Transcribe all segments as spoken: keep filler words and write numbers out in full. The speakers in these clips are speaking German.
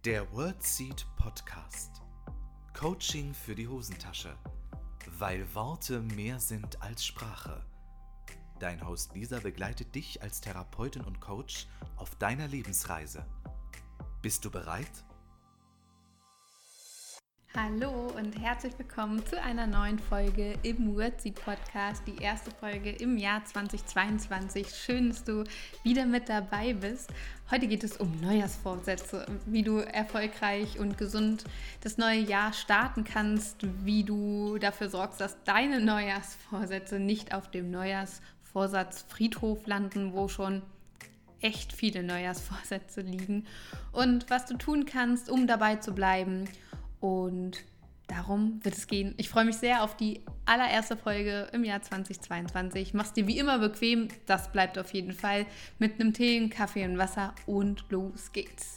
Der WordSeed Podcast. Coaching für die Hosentasche. Weil Worte mehr sind als Sprache. Dein Host Lisa begleitet dich als Therapeutin und Coach auf deiner Lebensreise. Bist du bereit? Hallo und herzlich willkommen zu einer neuen Folge im WordSeed Podcast, die erste Folge im Jahr zweitausendzweiundzwanzig. Schön, dass du wieder mit dabei bist. Heute geht es um Neujahrsvorsätze, wie du erfolgreich und gesund das neue Jahr starten kannst, wie du dafür sorgst, dass deine Neujahrsvorsätze nicht auf dem Neujahrsvorsatzfriedhof landen, wo schon echt viele Neujahrsvorsätze liegen, und was du tun kannst, um dabei zu bleiben. Und darum wird es gehen. Ich freue mich sehr auf die allererste Folge im Jahr zweitausendzweiundzwanzig. Mach's dir wie immer bequem, das bleibt auf jeden Fall, mit einem Tee, einem Kaffee und Wasser, und los geht's.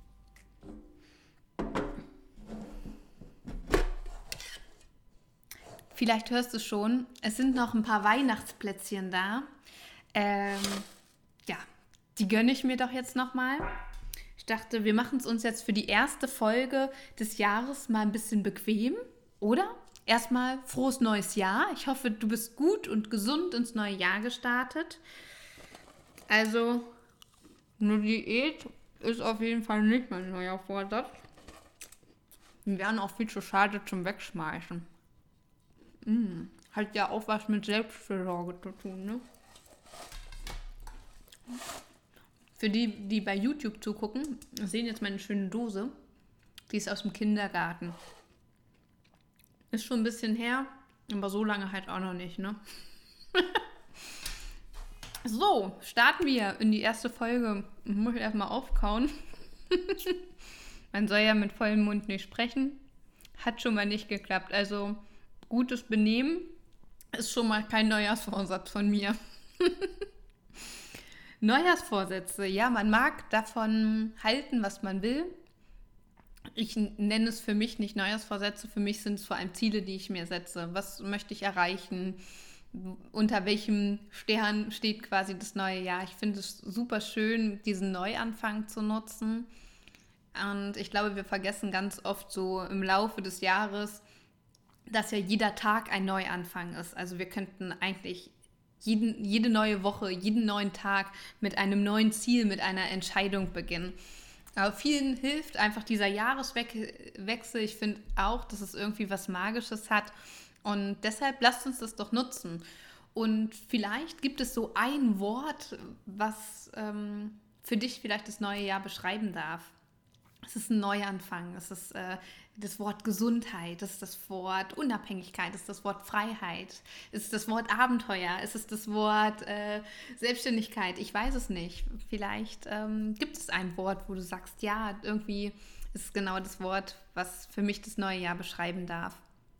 Vielleicht hörst du schon, es sind noch ein paar Weihnachtsplätzchen da. Ähm, ja, die gönne ich mir doch jetzt nochmal. Ich dachte, wir machen es uns jetzt für die erste Folge des Jahres mal ein bisschen bequem, oder? Erstmal frohes neues Jahr. Ich hoffe, du bist gut und gesund ins neue Jahr gestartet. Also, eine Diät ist auf jeden Fall nicht mein neuer Vorsatz. Die wären auch viel zu schade zum Wegschmeißen. Mm, hat ja auch was mit Selbstfürsorge zu tun, ne? Für die, die bei YouTube zugucken, sehen jetzt meine schöne Dose. Die ist aus dem Kindergarten. Ist schon ein bisschen her, aber so lange halt auch noch nicht, ne? So, starten wir in die erste Folge. Ich muss erstmal aufkauen. Man soll ja mit vollem Mund nicht sprechen. Hat schon mal nicht geklappt. Also, gutes Benehmen ist schon mal kein Neujahrsvorsatz von mir. Neujahrsvorsätze, ja, man mag davon halten, was man will. Ich nenne es für mich nicht Neujahrsvorsätze, für mich sind es vor allem Ziele, die ich mir setze. Was möchte ich erreichen? Unter welchem Stern steht quasi das neue Jahr? Ich finde es super schön, diesen Neuanfang zu nutzen. Und ich glaube, wir vergessen ganz oft so im Laufe des Jahres, dass ja jeder Tag ein Neuanfang ist. Also wir könnten eigentlich Jeden, jede neue Woche, jeden neuen Tag mit einem neuen Ziel, mit einer Entscheidung beginnen. Aber vielen hilft einfach dieser Jahreswechsel. Ich finde auch, dass es irgendwie was Magisches hat. Und deshalb lasst uns das doch nutzen. Und vielleicht gibt es so ein Wort, was ähm, für dich vielleicht das neue Jahr beschreiben darf. Es ist ein Neuanfang, es ist äh, das Wort Gesundheit, es ist das Wort Unabhängigkeit, es ist das Wort Freiheit, es ist das Wort Abenteuer, es ist das Wort äh, Selbstständigkeit. Ich weiß es nicht. Vielleicht ähm, gibt es ein Wort, wo du sagst, ja, irgendwie ist es genau das Wort, was für mich das neue Jahr beschreiben darf.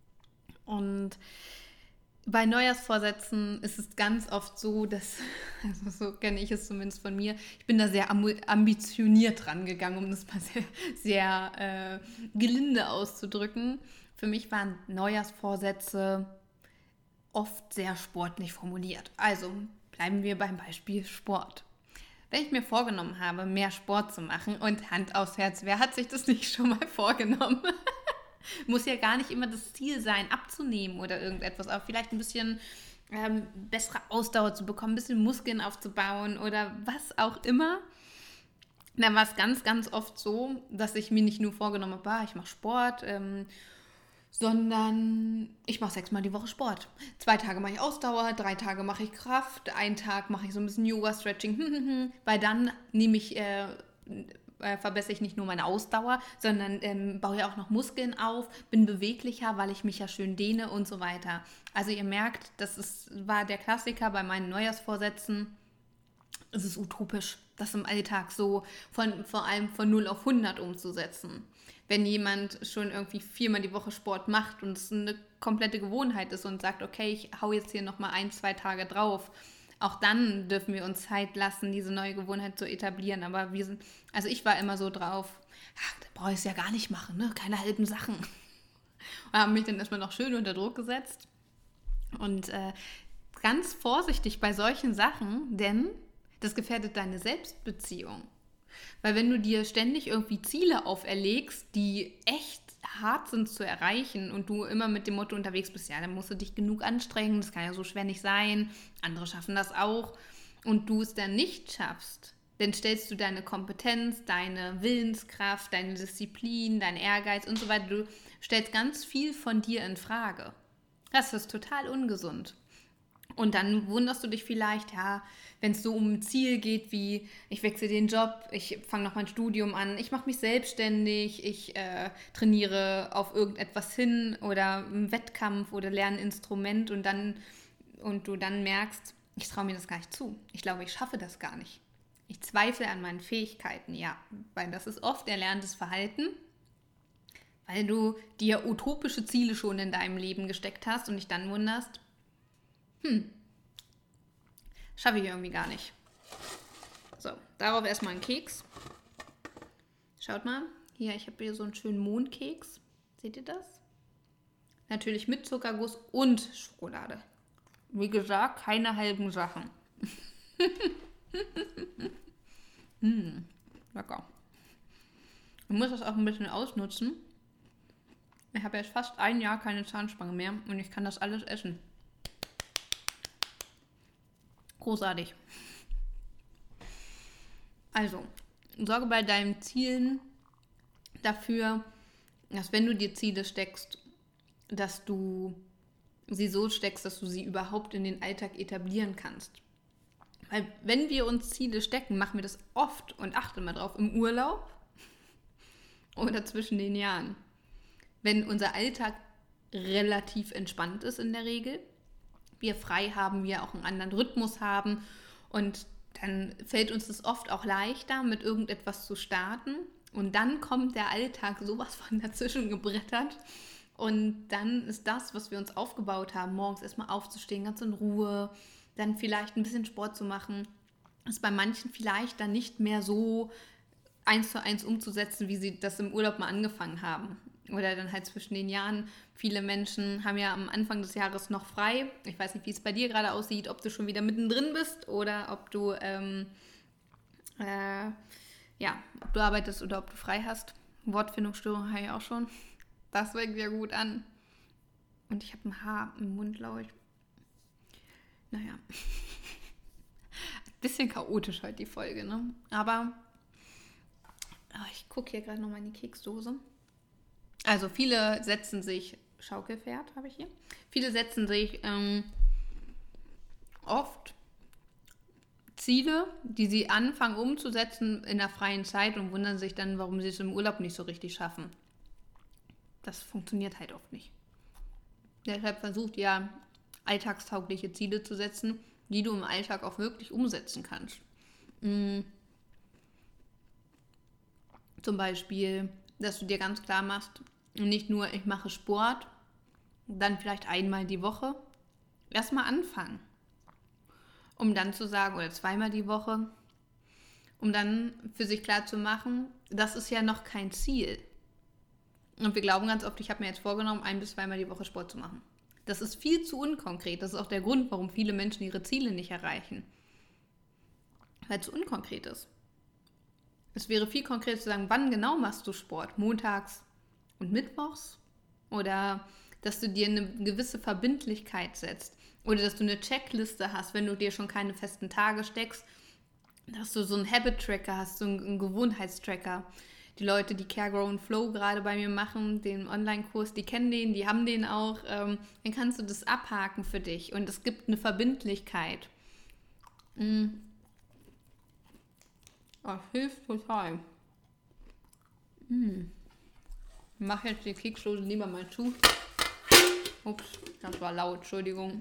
Und bei Neujahrsvorsätzen ist es ganz oft so, dass, also so kenne ich es zumindest von mir, ich bin da sehr ambitioniert rangegangen, um das mal sehr, sehr äh, gelinde auszudrücken. Für mich waren Neujahrsvorsätze oft sehr sportlich formuliert. Also bleiben wir beim Beispiel Sport. Wenn ich mir vorgenommen habe, mehr Sport zu machen, und Hand aufs Herz, wer hat sich das nicht schon mal vorgenommen? Muss ja gar nicht immer das Ziel sein, abzunehmen oder irgendetwas, aber vielleicht ein bisschen ähm, bessere Ausdauer zu bekommen, ein bisschen Muskeln aufzubauen oder was auch immer. Dann war es ganz, ganz oft so, dass ich mir nicht nur vorgenommen habe, ah, ich mache Sport, ähm, sondern ich mache sechsmal die Woche Sport. Zwei Tage mache ich Ausdauer, drei Tage mache ich Kraft, einen Tag mache ich so ein bisschen Yoga-Stretching, weil dann nehme ich... Äh, Äh, verbessere ich nicht nur meine Ausdauer, sondern ähm, baue ja auch noch Muskeln auf, bin beweglicher, weil ich mich ja schön dehne und so weiter. Also ihr merkt, das ist, war der Klassiker bei meinen Neujahrsvorsätzen. Es ist utopisch, das im Alltag so von, vor allem von null auf hundert umzusetzen. Wenn jemand schon irgendwie viermal die Woche Sport macht und es eine komplette Gewohnheit ist und sagt, okay, ich hau jetzt hier nochmal ein, zwei Tage drauf, auch dann dürfen wir uns Zeit lassen, diese neue Gewohnheit zu etablieren. Aber wir sind, also ich war immer so drauf, ach, da brauche ich es ja gar nicht machen, ne? Keine halben Sachen. Und habe mich dann erstmal noch schön unter Druck gesetzt. Und äh, ganz vorsichtig bei solchen Sachen, denn das gefährdet deine Selbstbeziehung. Weil wenn du dir ständig irgendwie Ziele auferlegst, die echt hart sind zu erreichen und du immer mit dem Motto unterwegs bist, ja, dann musst du dich genug anstrengen, das kann ja so schwer nicht sein, andere schaffen das auch und du es dann nicht schaffst, dann stellst du deine Kompetenz, deine Willenskraft, deine Disziplin, dein Ehrgeiz und so weiter, du stellst ganz viel von dir in Frage. Das ist total ungesund. Und dann wunderst du dich vielleicht, ja, wenn es so um ein Ziel geht, wie ich wechsle den Job, ich fange noch mein Studium an, ich mache mich selbstständig, ich äh, trainiere auf irgendetwas hin oder einen Wettkampf oder lerne ein Instrument und dann und du dann merkst, ich traue mir das gar nicht zu. Ich glaube, ich schaffe das gar nicht. Ich zweifle an meinen Fähigkeiten, ja, weil das ist oft erlerntes Verhalten, weil du dir utopische Ziele schon in deinem Leben gesteckt hast und dich dann wunderst, hm, schaffe ich irgendwie gar nicht. So, darauf erstmal einen Keks. Schaut mal, hier, ich habe hier so einen schönen Mondkeks. Seht ihr das? Natürlich mit Zuckerguss und Schokolade. Wie gesagt, keine halben Sachen. mm, lecker. Ich muss das auch ein bisschen ausnutzen. Ich habe jetzt fast ein Jahr keine Zahnspange mehr und ich kann das alles essen. Großartig. Also, sorge bei deinen Zielen dafür, dass wenn du dir Ziele steckst, dass du sie so steckst, dass du sie überhaupt in den Alltag etablieren kannst. Weil wenn wir uns Ziele stecken, machen wir das oft und achte mal drauf, im Urlaub oder zwischen den Jahren. Wenn unser Alltag relativ entspannt ist in der Regel, wir frei haben, wir auch einen anderen Rhythmus haben und dann fällt uns das oft auch leichter, mit irgendetwas zu starten und dann kommt der Alltag sowas von dazwischen gebrettert und dann ist das, was wir uns aufgebaut haben, morgens erstmal aufzustehen, ganz in Ruhe, dann vielleicht ein bisschen Sport zu machen, ist bei manchen vielleicht dann nicht mehr so eins zu eins umzusetzen, wie sie das im Urlaub mal angefangen haben. Oder dann halt zwischen den Jahren. Viele Menschen haben ja am Anfang des Jahres noch frei. Ich weiß nicht, wie es bei dir gerade aussieht, ob du schon wieder mittendrin bist oder ob du, ähm, äh, ja, ob du arbeitest oder ob du frei hast. Wortfindungsstörung habe ich auch schon. Das fängt ja gut an. Und ich habe ein Haar im Mund, glaube ich. Naja. Bisschen chaotisch heute die Folge, ne? Aber oh, ich gucke hier gerade nochmal in die Keksdose. Also viele setzen sich, Schaukelpferd habe ich hier, viele setzen sich ähm, oft Ziele, die sie anfangen umzusetzen in der freien Zeit und wundern sich dann, warum sie es im Urlaub nicht so richtig schaffen. Das funktioniert halt oft nicht. Deshalb versucht ihr, alltagstaugliche Ziele zu setzen, die du im Alltag auch wirklich umsetzen kannst. Mhm. Zum Beispiel, dass du dir ganz klar machst, nicht nur ich mache Sport, dann vielleicht einmal die Woche. Erstmal anfangen. Um dann zu sagen, oder zweimal die Woche, um dann für sich klar zu machen, das ist ja noch kein Ziel. Und wir glauben ganz oft, ich habe mir jetzt vorgenommen, ein- bis zweimal die Woche Sport zu machen. Das ist viel zu unkonkret. Das ist auch der Grund, warum viele Menschen ihre Ziele nicht erreichen. Weil es zu unkonkret ist. Es wäre viel konkreter zu sagen, wann genau machst du Sport? Montags und mittwochs? Oder dass du dir eine gewisse Verbindlichkeit setzt. Oder dass du eine Checkliste hast, wenn du dir schon keine festen Tage steckst. Dass du so einen Habit-Tracker hast, so einen Gewohnheitstracker. Die Leute, die Care, Grow and Flow gerade bei mir machen, den Online-Kurs, die kennen den, die haben den auch. Ähm, dann kannst du das abhaken für dich. Und es gibt eine Verbindlichkeit. Mhm. Das hilft total. Hm. Ich mache jetzt die Keksdose lieber mal zu. Ups, das war laut, Entschuldigung.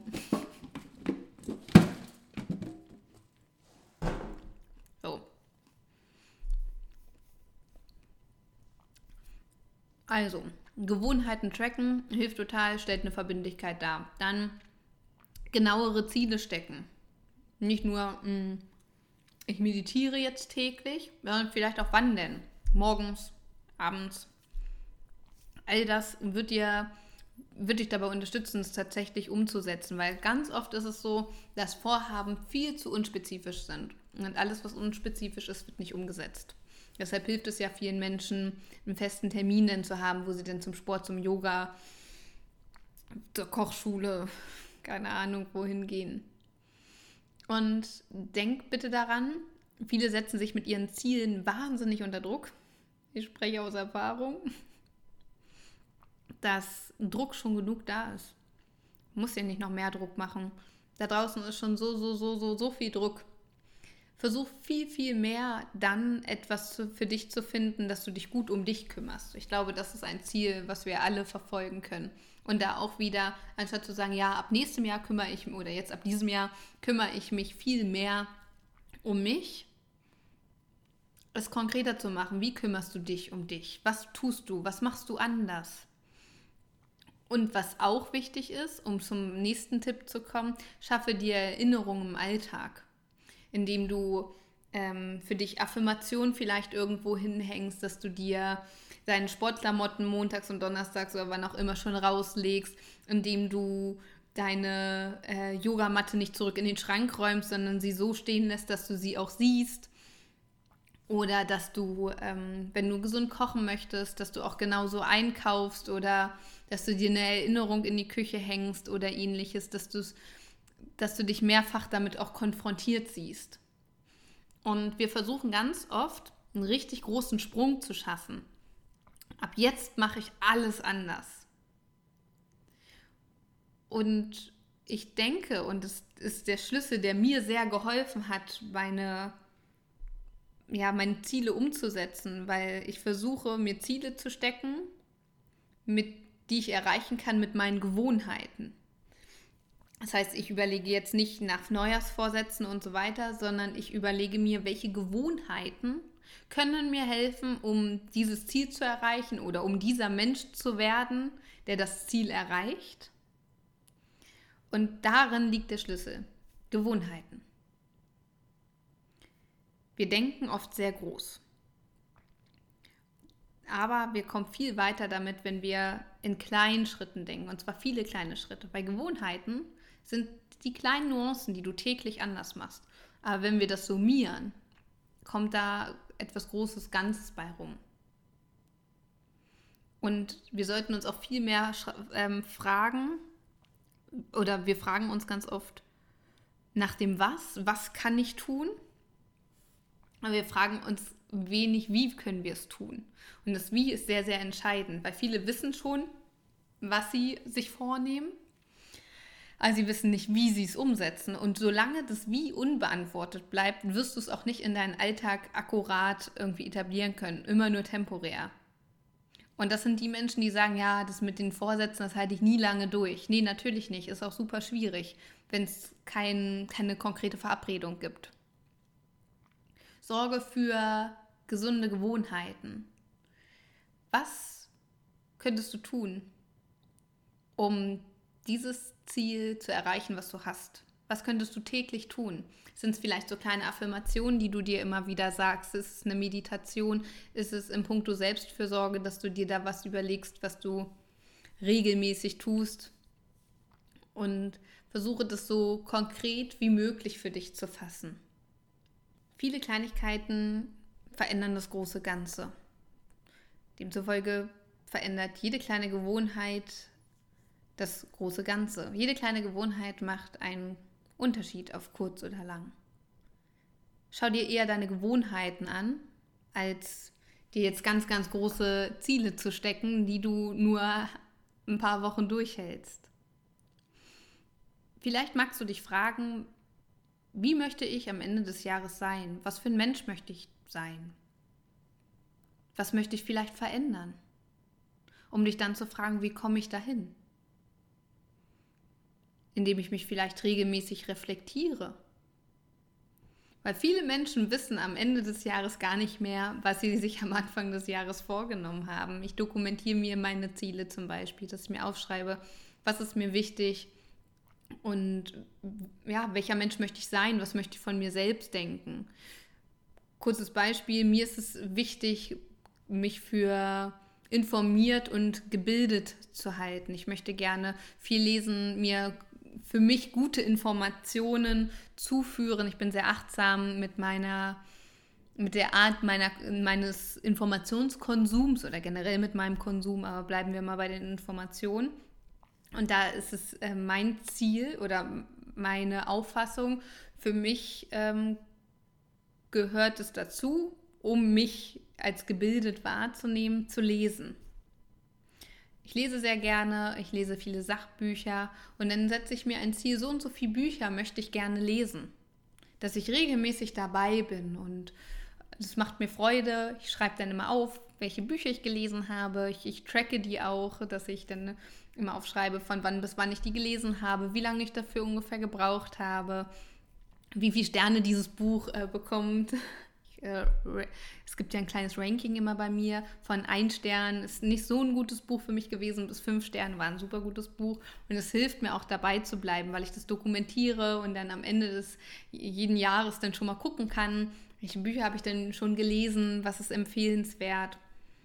So. Also, Gewohnheiten tracken hilft total, stellt eine Verbindlichkeit dar. Dann genauere Ziele stecken. Nicht nur, mh, ich meditiere jetzt täglich, sondern vielleicht auch wann denn? Morgens, abends. All das wird dir, wird dich dabei unterstützen, es tatsächlich umzusetzen, weil ganz oft ist es so, dass Vorhaben viel zu unspezifisch sind. Und alles, was unspezifisch ist, wird nicht umgesetzt. Deshalb hilft es ja vielen Menschen, einen festen Termin dann zu haben, wo sie dann zum Sport, zum Yoga, zur Kochschule, keine Ahnung, wohin gehen. Und denk bitte daran, viele setzen sich mit ihren Zielen wahnsinnig unter Druck. Ich spreche aus Erfahrung, dass Druck schon genug da ist. Du musst ja nicht noch mehr Druck machen. Da draußen ist schon so, so, so, so, so viel Druck. Versuch viel, viel mehr dann etwas zu, für dich zu finden, dass du dich gut um dich kümmerst. Ich glaube, das ist ein Ziel, was wir alle verfolgen können. Und da auch wieder, anstatt zu sagen, ja, ab nächstem Jahr kümmere ich mich, oder jetzt ab diesem Jahr kümmere ich mich viel mehr um mich, es konkreter zu machen. Wie kümmerst du dich um dich? Was tust du? Was machst du anders? Und was auch wichtig ist, um zum nächsten Tipp zu kommen, schaffe dir Erinnerungen im Alltag, indem du ähm, für dich Affirmationen vielleicht irgendwo hinhängst, dass du dir deine Sportklamotten montags und donnerstags oder wann auch immer schon rauslegst, indem du deine äh, Yogamatte nicht zurück in den Schrank räumst, sondern sie so stehen lässt, dass du sie auch siehst. Oder dass du, ähm, wenn du gesund kochen möchtest, dass du auch genauso einkaufst oder dass du dir eine Erinnerung in die Küche hängst oder ähnliches, dass, du's, dass du dich mehrfach damit auch konfrontiert siehst. Und wir versuchen ganz oft, einen richtig großen Sprung zu schaffen. Ab jetzt mache ich alles anders. Und ich denke, und das ist der Schlüssel, der mir sehr geholfen hat, meine, ja, meine Ziele umzusetzen, weil ich versuche, mir Ziele zu stecken, mit, die ich erreichen kann mit meinen Gewohnheiten. Das heißt, ich überlege jetzt nicht nach Neujahrsvorsätzen und so weiter, sondern ich überlege mir, welche Gewohnheiten können mir helfen, um dieses Ziel zu erreichen oder um dieser Mensch zu werden, der das Ziel erreicht. Und darin liegt der Schlüssel. Gewohnheiten. Wir denken oft sehr groß. Aber wir kommen viel weiter damit, wenn wir in kleinen Schritten denken. Und zwar viele kleine Schritte. Bei Gewohnheiten sind die kleinen Nuancen, die du täglich anders machst. Aber wenn wir das summieren, kommt da etwas Großes, Ganzes bei rum. Und wir sollten uns auch viel mehr ähm, fragen, oder wir fragen uns ganz oft nach dem Was. Was kann ich tun? Aber wir fragen uns wenig, wie können wir es tun? Und das Wie ist sehr, sehr entscheidend, weil viele wissen schon, was sie sich vornehmen, aber sie wissen nicht, wie sie es umsetzen. Und solange das Wie unbeantwortet bleibt, wirst du es auch nicht in deinen Alltag akkurat irgendwie etablieren können, immer nur temporär. Und das sind die Menschen, die sagen, ja, das mit den Vorsätzen, das halte ich nie lange durch. Nee, natürlich nicht. Ist auch super schwierig, wenn es kein, keine konkrete Verabredung gibt. Sorge für gesunde Gewohnheiten. Was könntest du tun, um dieses Ziel zu erreichen, was du hast? Was könntest du täglich tun? Sind es vielleicht so kleine Affirmationen, die du dir immer wieder sagst? Ist es eine Meditation? Ist es in puncto Selbstfürsorge, dass du dir da was überlegst, was du regelmäßig tust? Und versuche das so konkret wie möglich für dich zu fassen. Viele Kleinigkeiten verändern das große Ganze. Demzufolge verändert jede kleine Gewohnheit das große Ganze. Jede kleine Gewohnheit macht einen Unterschied auf kurz oder lang. Schau dir eher deine Gewohnheiten an, als dir jetzt ganz, ganz große Ziele zu stecken, die du nur ein paar Wochen durchhältst. Vielleicht magst du dich fragen, wie möchte ich am Ende des Jahres sein? Was für ein Mensch möchte ich sein? Was möchte ich vielleicht verändern? Um dich dann zu fragen, wie komme ich dahin? Indem ich mich vielleicht regelmäßig reflektiere. Weil viele Menschen wissen am Ende des Jahres gar nicht mehr, was sie sich am Anfang des Jahres vorgenommen haben. Ich dokumentiere mir meine Ziele zum Beispiel, dass ich mir aufschreibe, was ist mir wichtig und ja, welcher Mensch möchte ich sein, was möchte ich von mir selbst denken. Kurzes Beispiel, mir ist es wichtig, mich für informiert und gebildet zu halten. Ich möchte gerne viel lesen, mir für mich gute Informationen zuführen. Ich bin sehr achtsam mit meiner mit der Art meiner, meines Informationskonsums oder generell mit meinem Konsum, aber bleiben wir mal bei den Informationen. Und da ist es äh, mein Ziel oder meine Auffassung, für mich ähm, gehört es dazu, um mich als gebildet wahrzunehmen, zu lesen. Ich lese sehr gerne, ich lese viele Sachbücher und dann setze ich mir ein Ziel, so und so viele Bücher möchte ich gerne lesen, dass ich regelmäßig dabei bin und das macht mir Freude. Ich schreibe dann immer auf, welche Bücher ich gelesen habe. Ich, ich tracke die auch, dass ich dann immer aufschreibe, von wann bis wann ich die gelesen habe, wie lange ich dafür ungefähr gebraucht habe, wie viele Sterne dieses Buch äh, bekommt. Ich, äh, es gibt ja ein kleines Ranking immer bei mir. Von ein Stern ist nicht so ein gutes Buch für mich gewesen, bis fünf Sterne war ein super gutes Buch. Und es hilft mir auch dabei zu bleiben, weil ich das dokumentiere und dann am Ende des jeden Jahres dann schon mal gucken kann, welche Bücher habe ich denn schon gelesen, was ist empfehlenswert.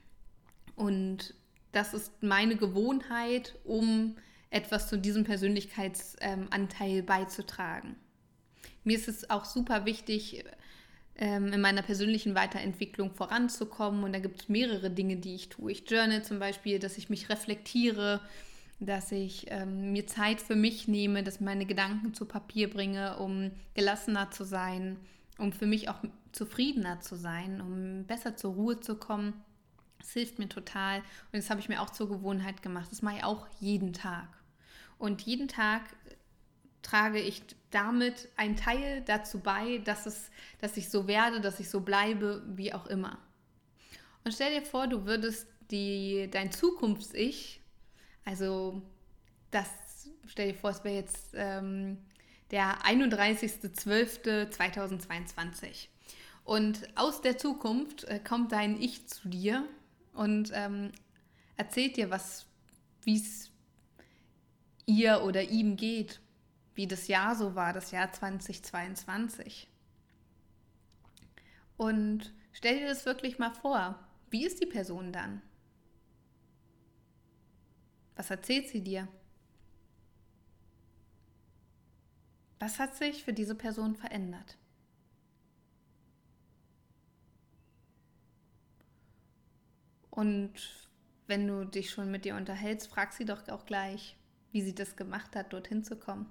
Und das ist meine Gewohnheit, um etwas zu diesem Persönlichkeitsanteil beizutragen. Mir ist es auch super wichtig, in meiner persönlichen Weiterentwicklung voranzukommen. Und da gibt es mehrere Dinge, die ich tue. Ich journal zum Beispiel, dass ich mich reflektiere, dass ich ähm, mir Zeit für mich nehme, dass ich meine Gedanken zu Papier bringe, um gelassener zu sein, um für mich auch zufriedener zu sein, um besser zur Ruhe zu kommen. Das hilft mir total und das habe ich mir auch zur Gewohnheit gemacht. Das mache ich auch jeden Tag. Und jeden Tag trage ich damit einen Teil dazu bei, dass, es, dass ich so werde, dass ich so bleibe, wie auch immer. Und stell dir vor, du würdest die, dein Zukunfts-Ich, also das, stell dir vor, es wäre jetzt ähm, der einunddreißigster zwölfter zweitausendzweiundzwanzig. Und aus der Zukunft äh, kommt dein Ich zu dir und ähm, erzählt dir, was, wie es ihr oder ihm geht, wie das Jahr so war, das Jahr zweitausendzweiundzwanzig. Und stell dir das wirklich mal vor. Wie ist die Person dann? Was erzählt sie dir? Was hat sich für diese Person verändert? Und wenn du dich schon mit ihr unterhältst, frag sie doch auch gleich, wie sie das gemacht hat, dorthin zu kommen.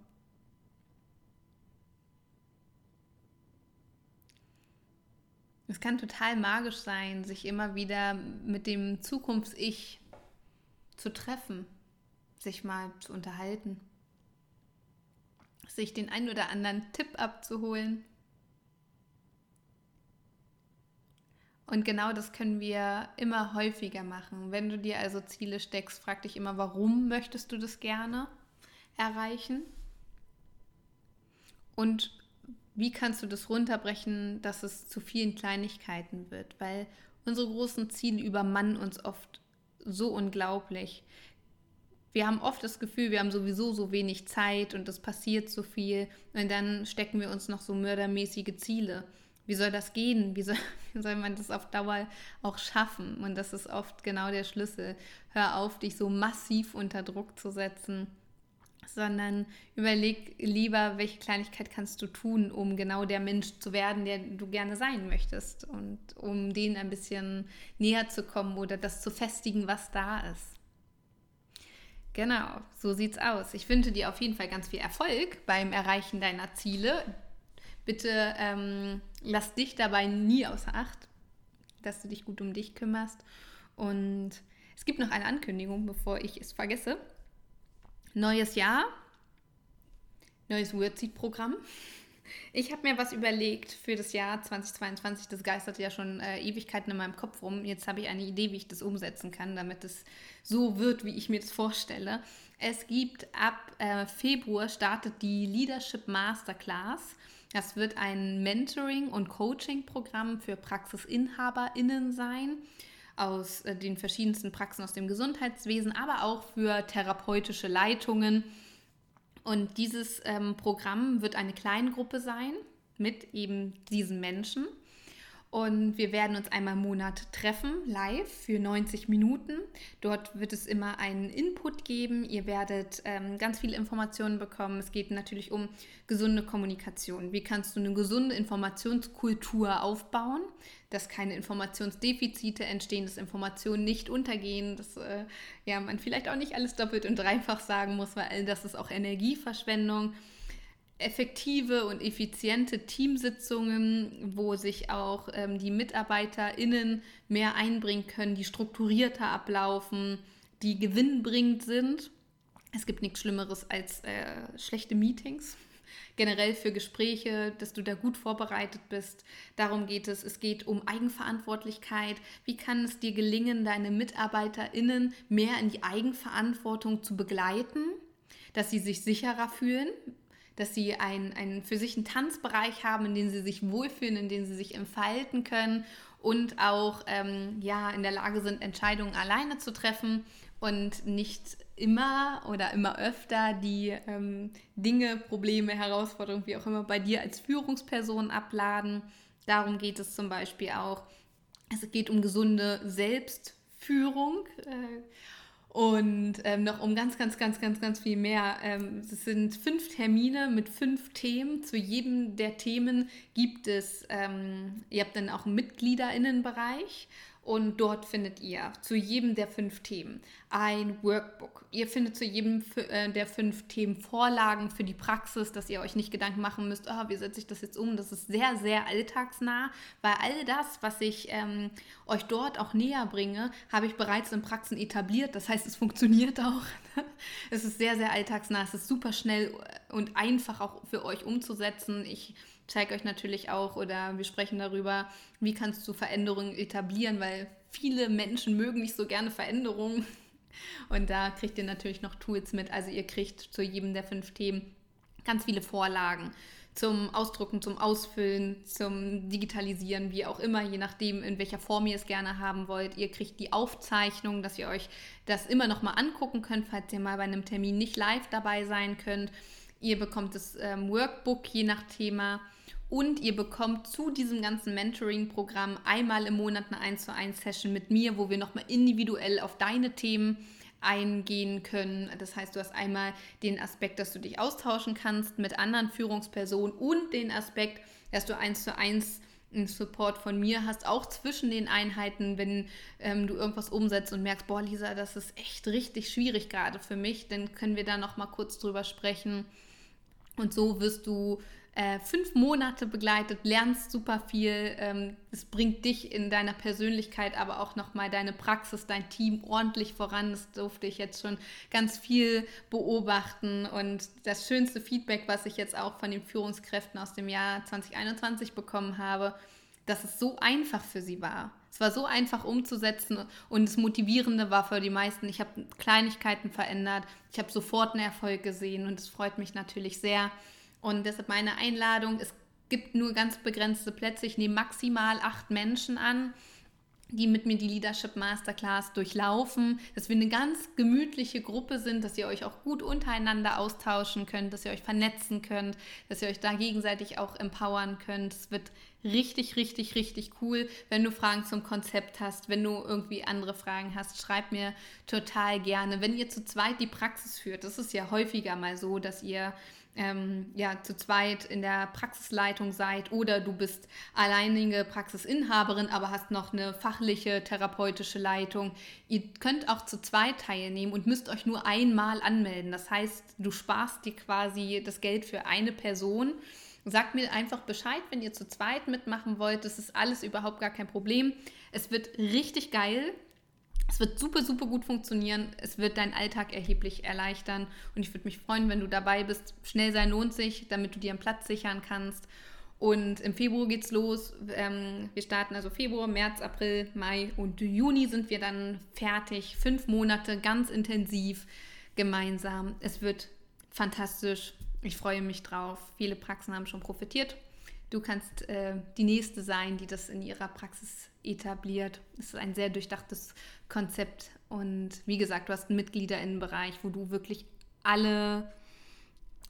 Es kann total magisch sein, sich immer wieder mit dem Zukunfts-Ich zu treffen, sich mal zu unterhalten, sich den einen oder anderen Tipp abzuholen. Und genau das können wir immer häufiger machen. Wenn du dir also Ziele steckst, frag dich immer, warum möchtest du das gerne erreichen? Und wie kannst du das runterbrechen, dass es zu vielen Kleinigkeiten wird? Weil unsere großen Ziele übermannen uns oft so unglaublich. Wir haben oft das Gefühl, wir haben sowieso so wenig Zeit und es passiert so viel. Und dann stecken wir uns noch so mördermäßige Ziele. Wie soll das gehen? Wie soll, wie soll man das auf Dauer auch schaffen? Und das ist oft genau der Schlüssel. Hör auf, dich so massiv unter Druck zu setzen, sondern überleg lieber, welche Kleinigkeit kannst du tun, um genau der Mensch zu werden, der du gerne sein möchtest und um denen ein bisschen näher zu kommen oder das zu festigen, was da ist. Genau, so sieht's aus. Ich wünsche dir auf jeden Fall ganz viel Erfolg beim Erreichen deiner Ziele. Bitte ähm, lass dich dabei nie außer Acht, dass du dich gut um dich kümmerst. Und es gibt noch eine Ankündigung, bevor ich es vergesse. Neues Jahr, neues Wordseed-Programm. Ich habe mir was überlegt für das Jahr zweitausendzweiundzwanzig. Das geistert ja schon äh, Ewigkeiten in meinem Kopf rum. Jetzt habe ich eine Idee, wie ich das umsetzen kann, damit es so wird, wie ich mir das vorstelle. Es gibt ab äh, Februar startet die Leadership Masterclass. Das wird ein Mentoring- und Coaching-Programm für PraxisinhaberInnen sein, aus äh, den verschiedensten Praxen aus dem Gesundheitswesen, aber auch für therapeutische Leitungen. Und dieses ähm, Programm wird eine Kleingruppe sein mit eben diesen Menschen. Und wir werden uns einmal im Monat treffen, live für neunzig Minuten. Dort wird es immer einen Input geben. Ihr werdet ähm, ganz viele Informationen bekommen. Es geht natürlich um gesunde Kommunikation. Wie kannst du eine gesunde Informationskultur aufbauen, dass keine Informationsdefizite entstehen, dass Informationen nicht untergehen, dass äh, ja, man vielleicht auch nicht alles doppelt und dreifach sagen muss, weil das ist auch Energieverschwendung. Effektive und effiziente Teamsitzungen, wo sich auch ähm, die MitarbeiterInnen mehr einbringen können, die strukturierter ablaufen, die gewinnbringend sind. Es gibt nichts Schlimmeres als äh, schlechte Meetings. Generell für Gespräche, dass du da gut vorbereitet bist. Darum geht es. Es geht um Eigenverantwortlichkeit. Wie kann es dir gelingen, deine MitarbeiterInnen mehr in die Eigenverantwortung zu begleiten, dass sie sich sicherer fühlen, dass sie ein, ein, für sich einen Tanzbereich haben, in dem sie sich wohlfühlen, in dem sie sich entfalten können und auch ähm, ja, in der Lage sind, Entscheidungen alleine zu treffen und nicht immer oder immer öfter die ähm, Dinge, Probleme, Herausforderungen, wie auch immer, bei dir als Führungsperson abladen. Darum geht es zum Beispiel auch. Es geht um gesunde Selbstführung. Äh, Und ähm, noch um ganz, ganz, ganz, ganz, ganz viel mehr. Ähm, es sind fünf Termine mit fünf Themen. Zu jedem der Themen gibt es, ähm, ihr habt dann auch einen MitgliederInnenbereich und dort findet ihr zu jedem der fünf Themen ein Workbook. Ihr findet zu jedem äh, der fünf Themen Vorlagen für die Praxis, dass ihr euch nicht Gedanken machen müsst, oh, wie setze ich das jetzt um? Das ist sehr, sehr alltagsnah, weil all das, was ich ähm, euch dort auch näher bringe, habe ich bereits in Praxen etabliert. Das heißt, es funktioniert auch. Es ist sehr, sehr alltagsnah. Es ist super schnell und einfach auch für euch umzusetzen. Ich zeige euch natürlich auch oder wir sprechen darüber, wie kannst du Veränderungen etablieren, weil viele Menschen mögen nicht so gerne Veränderungen. Und da kriegt ihr natürlich noch Tools mit. Also ihr kriegt zu jedem der fünf Themen ganz viele Vorlagen zum Ausdrucken, zum Ausfüllen, zum Digitalisieren, wie auch immer, je nachdem, in welcher Form ihr es gerne haben wollt. Ihr kriegt die Aufzeichnung, dass ihr euch das immer noch mal angucken könnt, falls ihr mal bei einem Termin nicht live dabei sein könnt. Ihr bekommt das ähm, Workbook je nach Thema. Und ihr bekommt zu diesem ganzen Mentoring-Programm einmal im Monat eine eins zu eins Session mit mir, wo wir nochmal individuell auf deine Themen eingehen können. Das heißt, du hast einmal den Aspekt, dass du dich austauschen kannst mit anderen Führungspersonen und den Aspekt, dass du eins zu eins einen Support von mir hast, auch zwischen den Einheiten, wenn ähm, du irgendwas umsetzt und merkst, boah Lisa, das ist echt richtig schwierig gerade für mich, dann können wir da nochmal kurz drüber sprechen. Und so wirst du äh, fünf Monate begleitet, lernst super viel. Ähm, es bringt dich in deiner Persönlichkeit, aber auch nochmal deine Praxis, dein Team ordentlich voran. Das durfte ich jetzt schon ganz viel beobachten. Und das schönste Feedback, was ich jetzt auch von den Führungskräften aus dem Jahr zwanzig einundzwanzig bekommen habe, dass es so einfach für sie war. Es war so einfach umzusetzen und das Motivierende war für die meisten, ich habe Kleinigkeiten verändert, ich habe sofort einen Erfolg gesehen und es freut mich natürlich sehr. Und deshalb meine Einladung, es gibt nur ganz begrenzte Plätze, ich nehme maximal acht Menschen an, die mit mir die Leadership Masterclass durchlaufen, dass wir eine ganz gemütliche Gruppe sind, dass ihr euch auch gut untereinander austauschen könnt, dass ihr euch vernetzen könnt, dass ihr euch da gegenseitig auch empowern könnt. Es wird richtig, richtig, richtig cool. Wenn du Fragen zum Konzept hast, wenn du irgendwie andere Fragen hast, schreib mir total gerne. Wenn ihr zu zweit die Praxis führt, das ist ja häufiger mal so, dass ihr Ähm, ja, zu zweit in der Praxisleitung seid oder du bist alleinige Praxisinhaberin, aber hast noch eine fachliche, therapeutische Leitung. Ihr könnt auch zu zweit teilnehmen und müsst euch nur einmal anmelden. Das heißt, du sparst dir quasi das Geld für eine Person. Sagt mir einfach Bescheid, wenn ihr zu zweit mitmachen wollt. Das ist alles überhaupt gar kein Problem. Es wird richtig geil. Es wird super, super gut funktionieren. Es wird deinen Alltag erheblich erleichtern. Und ich würde mich freuen, wenn du dabei bist. Schnell sein lohnt sich, damit du dir einen Platz sichern kannst. Und im Februar geht's los. Ähm, wir starten also Februar, März, April, Mai und Juni sind wir dann fertig. Fünf Monate ganz intensiv gemeinsam. Es wird fantastisch. Ich freue mich drauf. Viele Praxen haben schon profitiert. Du kannst äh, die Nächste sein, die das in ihrer Praxis etabliert. Es ist ein sehr durchdachtes Konzept. Und wie gesagt, du hast einen MitgliederInnenbereich, wo du wirklich alle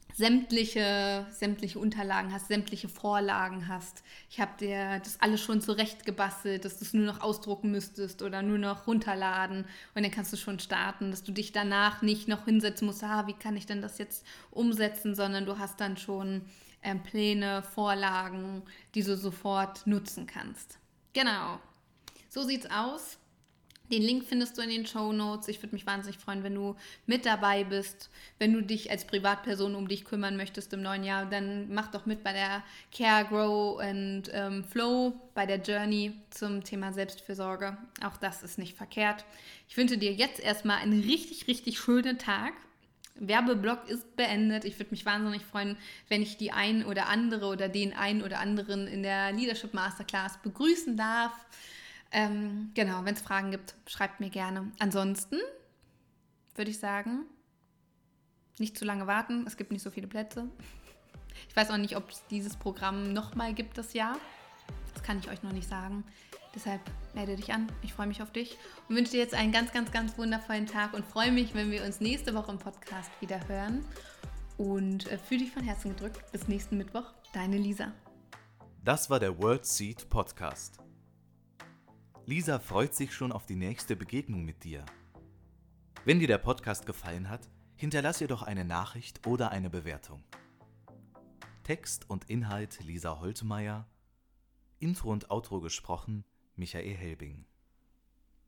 sämtliche, sämtliche Unterlagen hast, sämtliche Vorlagen hast. Ich habe dir das alles schon zurecht gebastelt, dass du es nur noch ausdrucken müsstest oder nur noch runterladen und dann kannst du schon starten, dass du dich danach nicht noch hinsetzen musst, ah, wie kann ich denn das jetzt umsetzen, sondern du hast dann schon ähm, Pläne, Vorlagen, die du sofort nutzen kannst. Genau, so sieht's aus. Den Link findest du in den Shownotes. Ich würde mich wahnsinnig freuen, wenn du mit dabei bist. Wenn du dich als Privatperson um dich kümmern möchtest im neuen Jahr, dann mach doch mit bei der Care, Grow and ähm, Flow, bei der Journey zum Thema Selbstfürsorge. Auch das ist nicht verkehrt. Ich wünsche dir jetzt erstmal einen richtig, richtig schönen Tag. Werbeblock ist beendet. Ich würde mich wahnsinnig freuen, wenn ich die ein oder andere oder den einen oder anderen in der Leadership Masterclass begrüßen darf. Ähm, genau, wenn es Fragen gibt, schreibt mir gerne. Ansonsten würde ich sagen, nicht zu lange warten. Es gibt nicht so viele Plätze. Ich weiß auch nicht, ob es dieses Programm nochmal gibt das Jahr. Das kann ich euch noch nicht sagen. Deshalb melde dich an. Ich freue mich auf dich und wünsche dir jetzt einen ganz, ganz, ganz wundervollen Tag und freue mich, wenn wir uns nächste Woche im Podcast wieder hören. Und äh, fühle dich von Herzen gedrückt. Bis nächsten Mittwoch. Deine Lisa. Das war der World Seed Podcast. Lisa freut sich schon auf die nächste Begegnung mit dir. Wenn dir der Podcast gefallen hat, hinterlass ihr doch eine Nachricht oder eine Bewertung. Text und Inhalt Lisa Holtmeier, Intro und Outro gesprochen Michael Helbing.